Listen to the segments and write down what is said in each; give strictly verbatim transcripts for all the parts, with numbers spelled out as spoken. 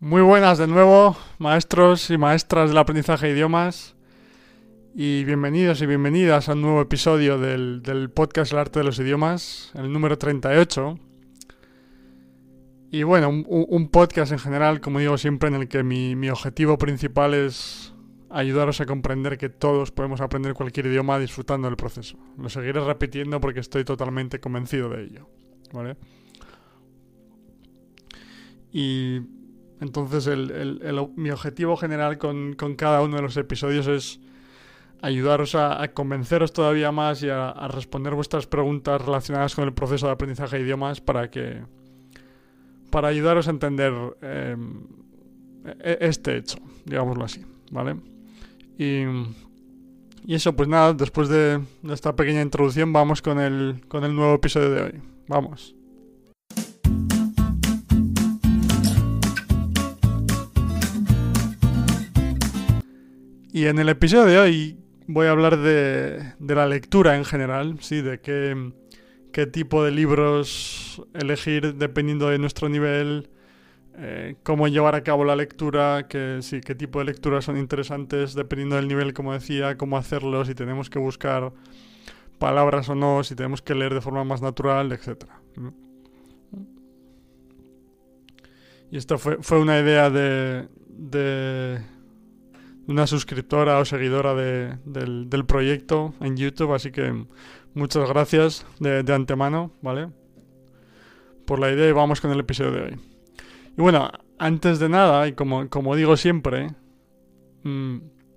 Muy buenas de nuevo, maestros y maestras del aprendizaje de idiomas, y bienvenidos y bienvenidas a un nuevo episodio del, del podcast El Arte de los Idiomas, el número treinta y ocho. Y bueno, un, un podcast en general, como digo siempre, en el que mi, mi objetivo principal es ayudaros a comprender que todos podemos aprender cualquier idioma disfrutando del proceso. Lo seguiré repitiendo porque estoy totalmente convencido de ello, ¿vale? Y entonces el, el, el, mi objetivo general con, con cada uno de los episodios es ayudaros a, a convenceros todavía más y a, a responder vuestras preguntas relacionadas con el proceso de aprendizaje de idiomas para que para ayudaros a entender eh, este hecho, digámoslo así, ¿vale? Y, y eso, pues nada, después de, de esta pequeña introducción vamos con el, con el nuevo episodio de hoy. Vamos. Y en el episodio de hoy voy a hablar de, de la lectura en general, sí, de qué, qué tipo de libros elegir dependiendo de nuestro nivel, eh, cómo llevar a cabo la lectura, que, sí, qué tipo de lecturas son interesantes dependiendo del nivel, como decía, cómo hacerlo, si tenemos que buscar palabras o no, si tenemos que leer de forma más natural, etcétera. Y esto fue, fue una idea de... de una suscriptora o seguidora de, del, del proyecto en YouTube, así que muchas gracias de, de antemano, ¿vale? Por la idea, y vamos con el episodio de hoy. Y bueno, antes de nada, y como, como digo siempre, mmm,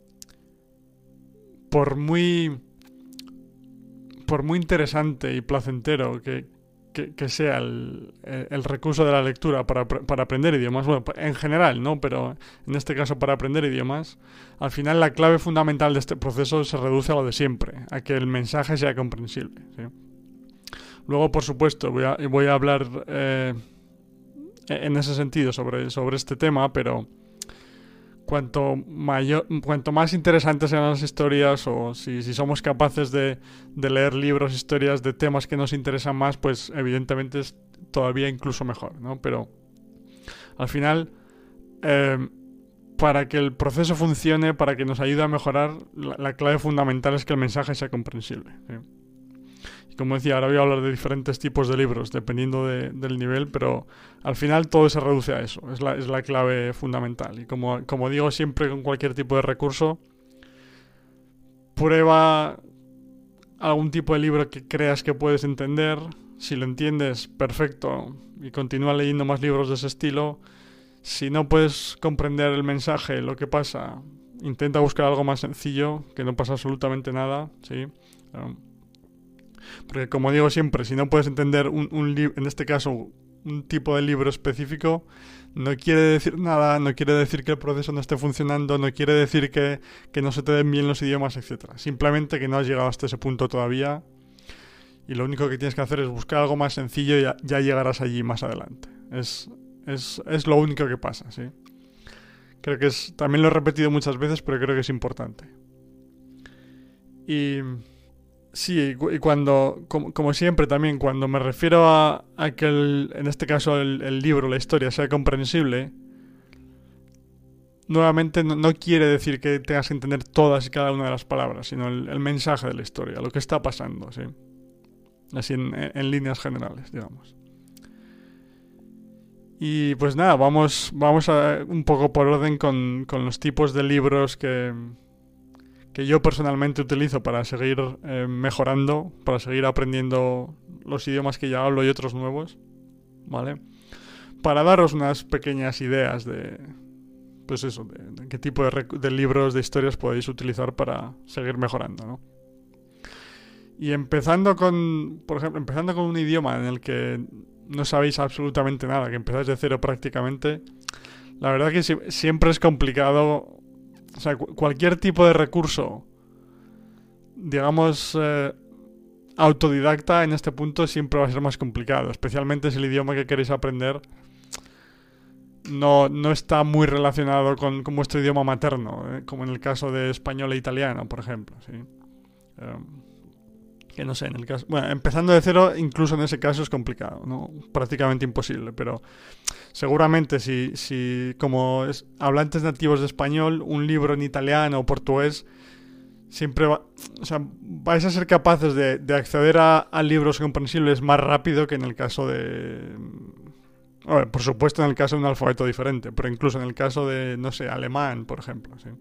por muy por muy interesante y placentero que, que, que sea el, el recurso de la lectura para, para aprender idiomas, bueno, en general, ¿no? Pero en este caso para aprender idiomas, al final la clave fundamental de este proceso se reduce a lo de siempre, a que el mensaje sea comprensible, ¿sí? Luego, por supuesto, voy a, voy a hablar eh, en ese sentido sobre, sobre este tema, pero cuanto mayor, cuanto más interesantes sean las historias, o si, si somos capaces de, de leer libros, historias de temas que nos interesan más, pues evidentemente es todavía incluso mejor, ¿no? Pero al final, eh, para que el proceso funcione, para que nos ayude a mejorar, la, la clave fundamental es que el mensaje sea comprensible, ¿sí? Y como decía, ahora voy a hablar de diferentes tipos de libros, dependiendo de, del nivel, pero al final todo se reduce a eso, es la, es la clave fundamental. Y como, como digo siempre con cualquier tipo de recurso, prueba algún tipo de libro que creas que puedes entender. Si lo entiendes, perfecto, y continúa leyendo más libros de ese estilo. Si no puedes comprender el mensaje, lo que pasa, intenta buscar algo más sencillo, que no pasa absolutamente nada, ¿sí? Um, porque como digo siempre, si no puedes entender un, un libro, en este caso un tipo de libro específico, no quiere decir nada, no quiere decir que el proceso no esté funcionando, no quiere decir que, que no se te den bien los idiomas, etcétera. Simplemente que no has llegado hasta ese punto todavía, y lo único que tienes que hacer es buscar algo más sencillo y ya, ya llegarás allí más adelante. Es, es, es lo único que pasa, ¿sí? Creo que es, también lo he repetido muchas veces, pero creo que es importante. Y sí, y cuando, como, como siempre también, cuando me refiero a, a que el, en este caso el, el libro, la historia sea comprensible, nuevamente no, no quiere decir que tengas que entender todas y cada una de las palabras, sino el, el mensaje de la historia, lo que está pasando, ¿sí? Así en, en líneas generales, digamos. Y pues nada, vamos, vamos a un poco por orden con, con los tipos de libros que... que yo personalmente utilizo para seguir eh, mejorando, para seguir aprendiendo los idiomas que ya hablo y otros nuevos, ¿vale? Para daros unas pequeñas ideas de, pues eso, de, de qué tipo de, de libros, de historias podéis utilizar para seguir mejorando, ¿no? Y empezando con, por ejemplo, empezando con un idioma en el que no sabéis absolutamente nada, que empezáis de cero prácticamente, la verdad que si, siempre es complicado. O sea, cualquier tipo de recurso, digamos, eh, autodidacta en este punto siempre va a ser más complicado, especialmente si el idioma que queréis aprender no, no está muy relacionado con, con vuestro idioma materno, ¿eh? Como en el caso de español e italiano, por ejemplo, ¿sí? Um, Que no sé, en el caso... Bueno, empezando de cero, incluso en ese caso es complicado, ¿no? Prácticamente imposible, pero seguramente si, si como es, hablantes nativos de español, un libro en italiano o portugués, siempre va... O sea, vais a ser capaces de, de acceder a, a libros comprensibles más rápido que en el caso de... Bueno, por supuesto en el caso de un alfabeto diferente, pero incluso en el caso de, no sé, alemán, por ejemplo, ¿sí?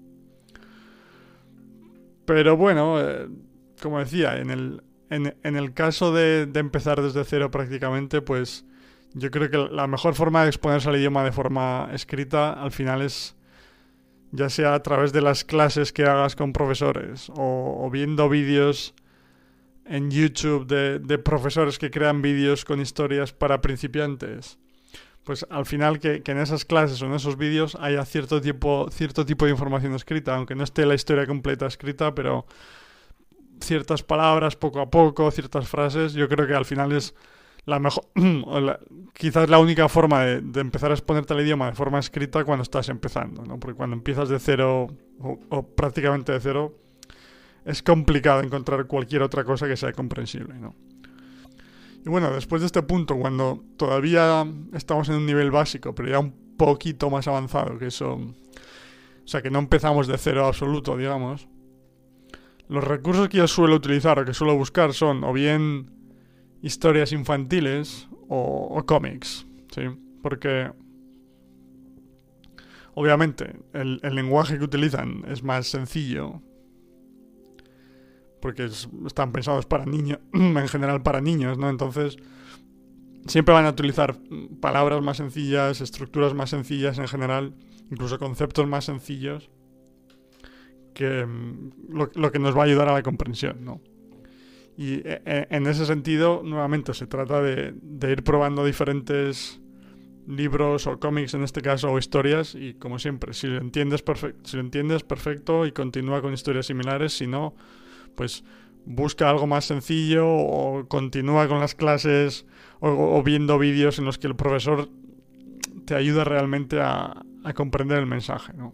Pero bueno... Eh, como decía, en el, en, en el caso de, de empezar desde cero prácticamente, pues yo creo que la mejor forma de exponerse al idioma de forma escrita al final es ya sea a través de las clases que hagas con profesores o, o viendo vídeos en YouTube de, de profesores que crean vídeos con historias para principiantes. Pues al final que, que en esas clases o en esos vídeos haya cierto tipo, cierto tipo de información escrita, aunque no esté la historia completa escrita, pero... ciertas palabras poco a poco, ciertas frases, yo creo que al final es la mejor, la, quizás la única forma de, de empezar a exponerte al idioma de forma escrita cuando estás empezando, ¿no? Porque cuando empiezas de cero o, o prácticamente de cero es complicado encontrar cualquier otra cosa que sea comprensible, ¿no? Y bueno, después de este punto, cuando todavía estamos en un nivel básico, pero ya un poquito más avanzado que eso, o sea que no empezamos de cero absoluto, digamos. Los recursos que yo suelo utilizar o que suelo buscar son o bien historias infantiles o, o cómics, ¿sí? Porque obviamente el, el lenguaje que utilizan es más sencillo porque es, están pensados para niños, en general para niños, ¿no? Entonces siempre van a utilizar palabras más sencillas, estructuras más sencillas en general, incluso conceptos más sencillos que lo, lo que nos va a ayudar a la comprensión, ¿no? Y eh, en ese sentido, nuevamente, se trata de, de ir probando diferentes libros o cómics, en este caso, o historias, y como siempre, si lo entiendes, perfec- si lo entiendes perfecto y continúa con historias similares, si no, pues busca algo más sencillo o continúa con las clases o, o viendo vídeos en los que el profesor te ayuda realmente a, a comprender el mensaje, ¿no?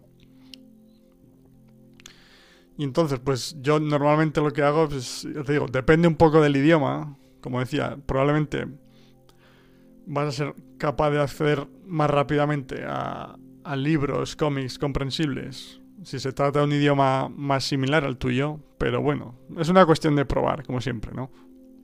Y entonces, pues yo normalmente lo que hago, pues, ya te digo, depende un poco del idioma. Como decía, probablemente vas a ser capaz de acceder más rápidamente a, a libros, cómics comprensibles si se trata de un idioma más similar al tuyo. Pero bueno, es una cuestión de probar, como siempre, ¿no?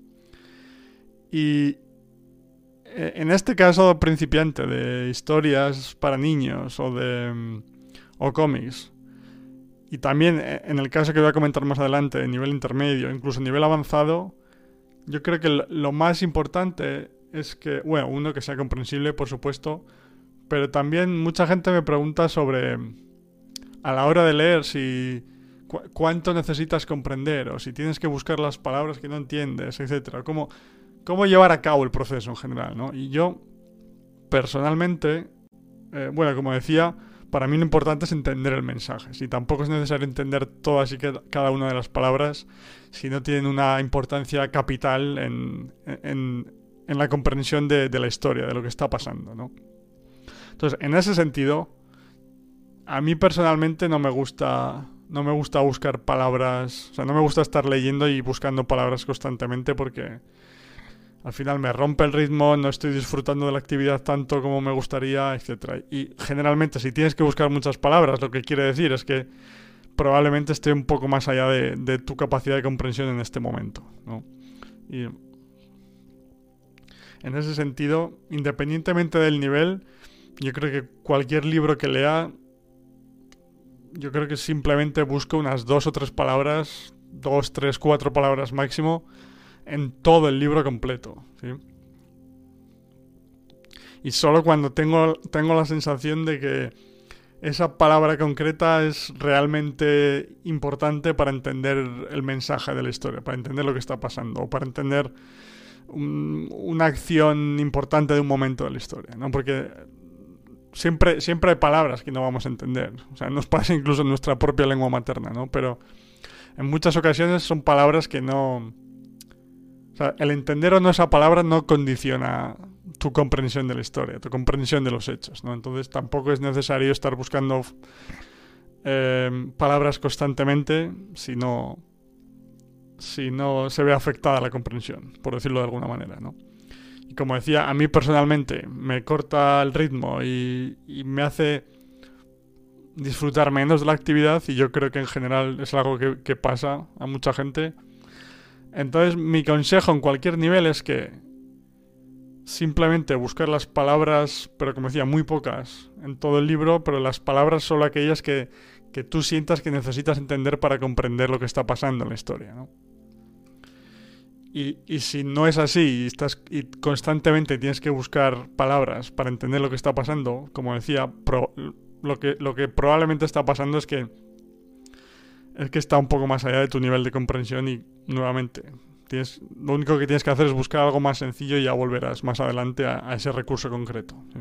Y en este caso principiante de historias para niños o de o cómics, y también en el caso que voy a comentar más adelante, de nivel intermedio, incluso nivel avanzado, yo creo que lo más importante es que, bueno, uno, que sea comprensible, por supuesto, pero también mucha gente me pregunta sobre, a la hora de leer, si cu cuánto necesitas comprender, o si tienes que buscar las palabras que no entiendes, etcétera. Cómo, cómo llevar a cabo el proceso en general, ¿no? Y yo, personalmente, eh, bueno, como decía, para mí lo importante es entender el mensaje. Si tampoco es necesario entender todas y cada una de las palabras, si no tienen una importancia capital en, en, en la comprensión de, de la historia, de lo que está pasando, ¿no? Entonces, en ese sentido, a mí personalmente no me gusta, no me gusta buscar palabras, o sea, no me gusta estar leyendo y buscando palabras constantemente porque al final me rompe el ritmo, no estoy disfrutando de la actividad tanto como me gustaría, etcétera. Y generalmente si tienes que buscar muchas palabras, lo que quiere decir es que probablemente esté un poco más allá de, de tu capacidad de comprensión en este momento, ¿no? Y en ese sentido, independientemente del nivel, yo creo que cualquier libro que lea, yo creo que simplemente busco unas dos o tres palabras, dos, tres, cuatro palabras máximo, en todo el libro completo, ¿sí? Y solo cuando tengo, tengo la sensación de que esa palabra concreta es realmente importante para entender el mensaje de la historia, para entender lo que está pasando, o para entender un, una acción importante de un momento de la historia, ¿no? Porque siempre, siempre hay palabras que no vamos a entender. O sea, nos pasa incluso en nuestra propia lengua materna, ¿no? Pero en muchas ocasiones son palabras que no... O sea, el entender o no esa palabra no condiciona tu comprensión de la historia, tu comprensión de los hechos, ¿no? Entonces tampoco es necesario estar buscando eh, palabras constantemente, sino si no se ve afectada la comprensión, por decirlo de alguna manera, ¿no? Y como decía, a mí personalmente me corta el ritmo y, y me hace disfrutar menos de la actividad, y yo creo que en general es algo que, que pasa a mucha gente. Entonces mi consejo en cualquier nivel es que simplemente buscar las palabras, pero como decía, muy pocas en todo el libro, pero las palabras solo aquellas que, que tú sientas que necesitas entender para comprender lo que está pasando en la historia, ¿no? Y, y si no es así y, estás, y constantemente tienes que buscar palabras para entender lo que está pasando, como decía, pro, lo, que, lo que probablemente está pasando es que es que está un poco más allá de tu nivel de comprensión y nuevamente tienes, lo único que tienes que hacer es buscar algo más sencillo y ya volverás más adelante a, a ese recurso concreto, ¿sí?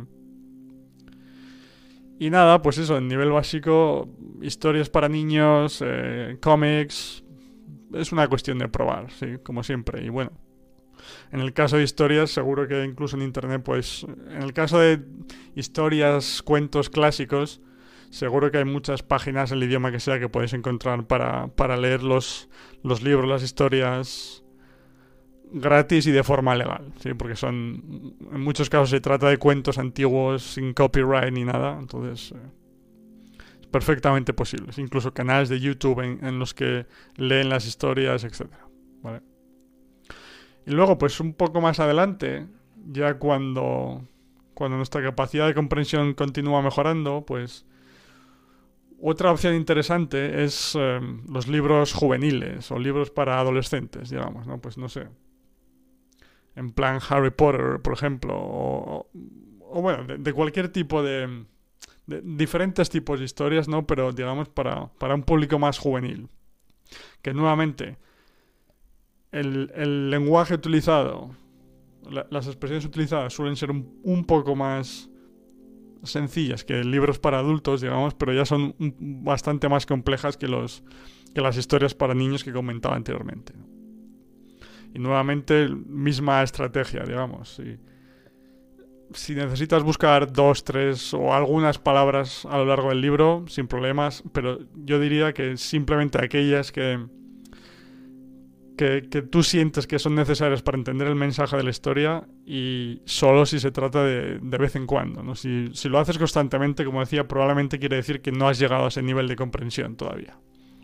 Y nada, pues eso, en nivel básico, historias para niños, eh, cómics, es una cuestión de probar, sí, como siempre. Y bueno, en el caso de historias, seguro que incluso en internet, pues, en el caso de historias, cuentos clásicos, seguro que hay muchas páginas en el idioma que sea que podéis encontrar para, para leer los, los libros, las historias gratis y de forma legal, ¿sí? Porque son, en muchos casos se trata de cuentos antiguos sin copyright ni nada, entonces eh, es perfectamente posible. Incluso canales de YouTube en, en los que leen las historias, etcétera, ¿vale? Y luego, pues un poco más adelante, ya cuando, cuando nuestra capacidad de comprensión continúa mejorando, pues otra opción interesante es eh, los libros juveniles o libros para adolescentes, digamos, ¿no? Pues no sé, en plan Harry Potter, por ejemplo, o, o bueno, de, de cualquier tipo de, de diferentes tipos de historias, ¿no? Pero digamos para, para un público más juvenil. Que nuevamente, el, el lenguaje utilizado, la, las expresiones utilizadas suelen ser un, un poco más sencillas que libros para adultos, digamos, pero ya son un, bastante más complejas que, los, que las historias para niños que comentaba anteriormente, ¿no? Y nuevamente, misma estrategia, digamos. Si, si necesitas buscar dos, tres o algunas palabras a lo largo del libro, sin problemas, pero yo diría que simplemente aquellas que, que, que tú sientes que son necesarias para entender el mensaje de la historia, y solo si se trata de, de vez en cuando, ¿no? Si, si lo haces constantemente, como decía, probablemente quiere decir que no has llegado a ese nivel de comprensión todavía.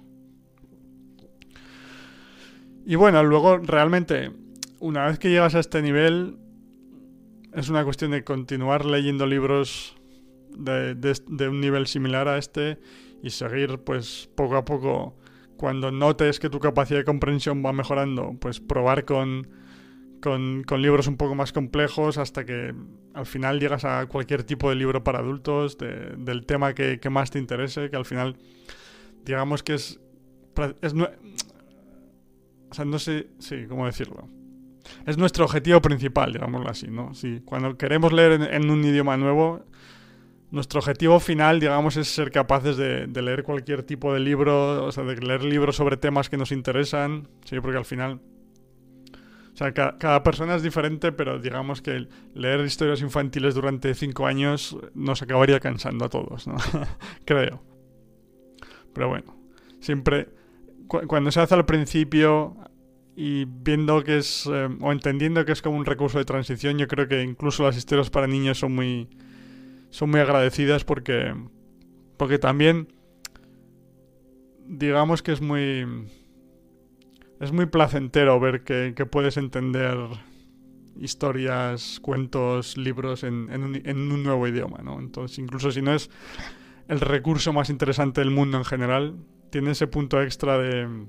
Y bueno, luego realmente, una vez que llegas a este nivel, es una cuestión de continuar leyendo libros de, de, de un nivel similar a este y seguir, pues, poco a poco, cuando notes que tu capacidad de comprensión va mejorando, pues probar con, con, con libros un poco más complejos hasta que al final llegas a cualquier tipo de libro para adultos, de, del tema que, que más te interese, que al final, digamos que es... es O sea, no sé, sí, cómo decirlo. Es nuestro objetivo principal, digámoslo así, ¿no? Sí, cuando queremos leer en, en un idioma nuevo, nuestro objetivo final, digamos, es ser capaces de, de leer cualquier tipo de libro, o sea, de leer libros sobre temas que nos interesan, sí, porque al final, o sea, ca, cada persona es diferente, pero digamos que leer historias infantiles durante cinco años nos acabaría cansando a todos, ¿no? Creo. Pero bueno, siempre... Cuando se hace al principio y viendo que es, eh, o entendiendo que es como un recurso de transición, yo creo que incluso las historias para niños son muy, son muy agradecidas porque, porque también, digamos que es muy, es muy placentero ver que, que puedes entender historias, cuentos, libros en, en, un, en un nuevo idioma, ¿no? Entonces, incluso si no es el recurso más interesante del mundo en general, tiene ese punto extra de,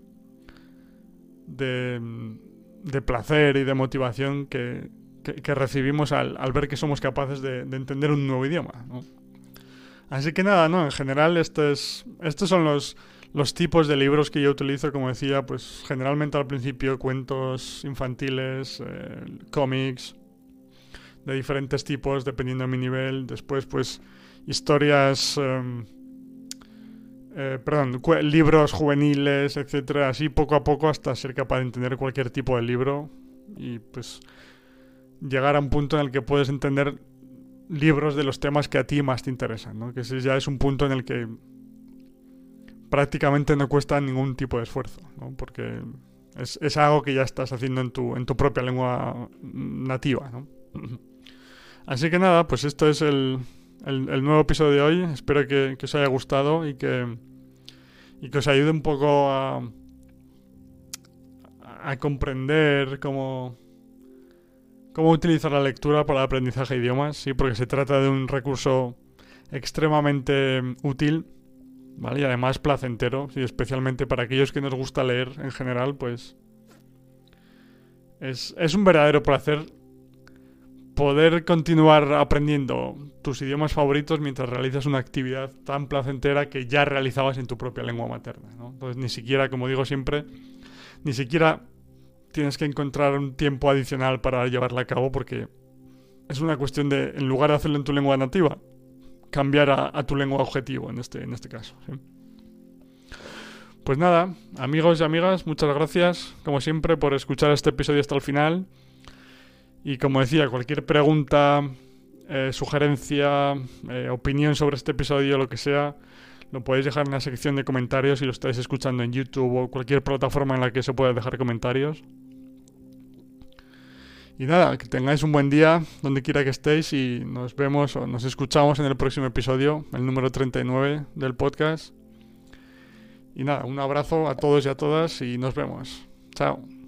de, de placer y de motivación que, que, que recibimos al, al ver que somos capaces de, de entender un nuevo idioma, ¿no? Así que nada, ¿no? En general, estos, estos son los, los tipos de libros que yo utilizo, como decía, pues generalmente al principio cuentos infantiles, eh, cómics de diferentes tipos, dependiendo de mi nivel. Después, pues, historias... Um, Eh, perdón, libros juveniles, etcétera, así poco a poco hasta ser capaz de entender cualquier tipo de libro y pues llegar a un punto en el que puedes entender libros de los temas que a ti más te interesan, ¿no? Que ese ya es un punto en el que prácticamente no cuesta ningún tipo de esfuerzo, ¿no? Porque es, es algo que ya estás haciendo en tu, en tu propia lengua nativa, ¿no? Así que nada, pues esto es el, el, el nuevo episodio de hoy. Espero que, que os haya gustado y que, y que os ayude un poco a, a comprender cómo, cómo utilizar la lectura para el aprendizaje de idiomas, sí, porque se trata de un recurso extremadamente útil, ¿vale? Y además placentero, y especialmente para aquellos que nos gusta leer en general, pues es, es un verdadero placer poder continuar aprendiendo tus idiomas favoritos mientras realizas una actividad tan placentera que ya realizabas en tu propia lengua materna, ¿no? Entonces ni siquiera, como digo siempre, ni siquiera tienes que encontrar un tiempo adicional para llevarla a cabo, porque es una cuestión de, en lugar de hacerlo en tu lengua nativa, cambiar a, a tu lengua objetivo en este, en este caso, ¿sí? Pues nada, amigos y amigas, muchas gracias, como siempre, por escuchar este episodio hasta el final. Y como decía, cualquier pregunta, eh, sugerencia, eh, opinión sobre este episodio, lo que sea, lo podéis dejar en la sección de comentarios si lo estáis escuchando en YouTube o cualquier plataforma en la que se pueda dejar comentarios. Y nada, que tengáis un buen día donde quiera que estéis y nos vemos o nos escuchamos en el próximo episodio, el número treinta y nueve del podcast. Y nada, un abrazo a todos y a todas y nos vemos. Chao.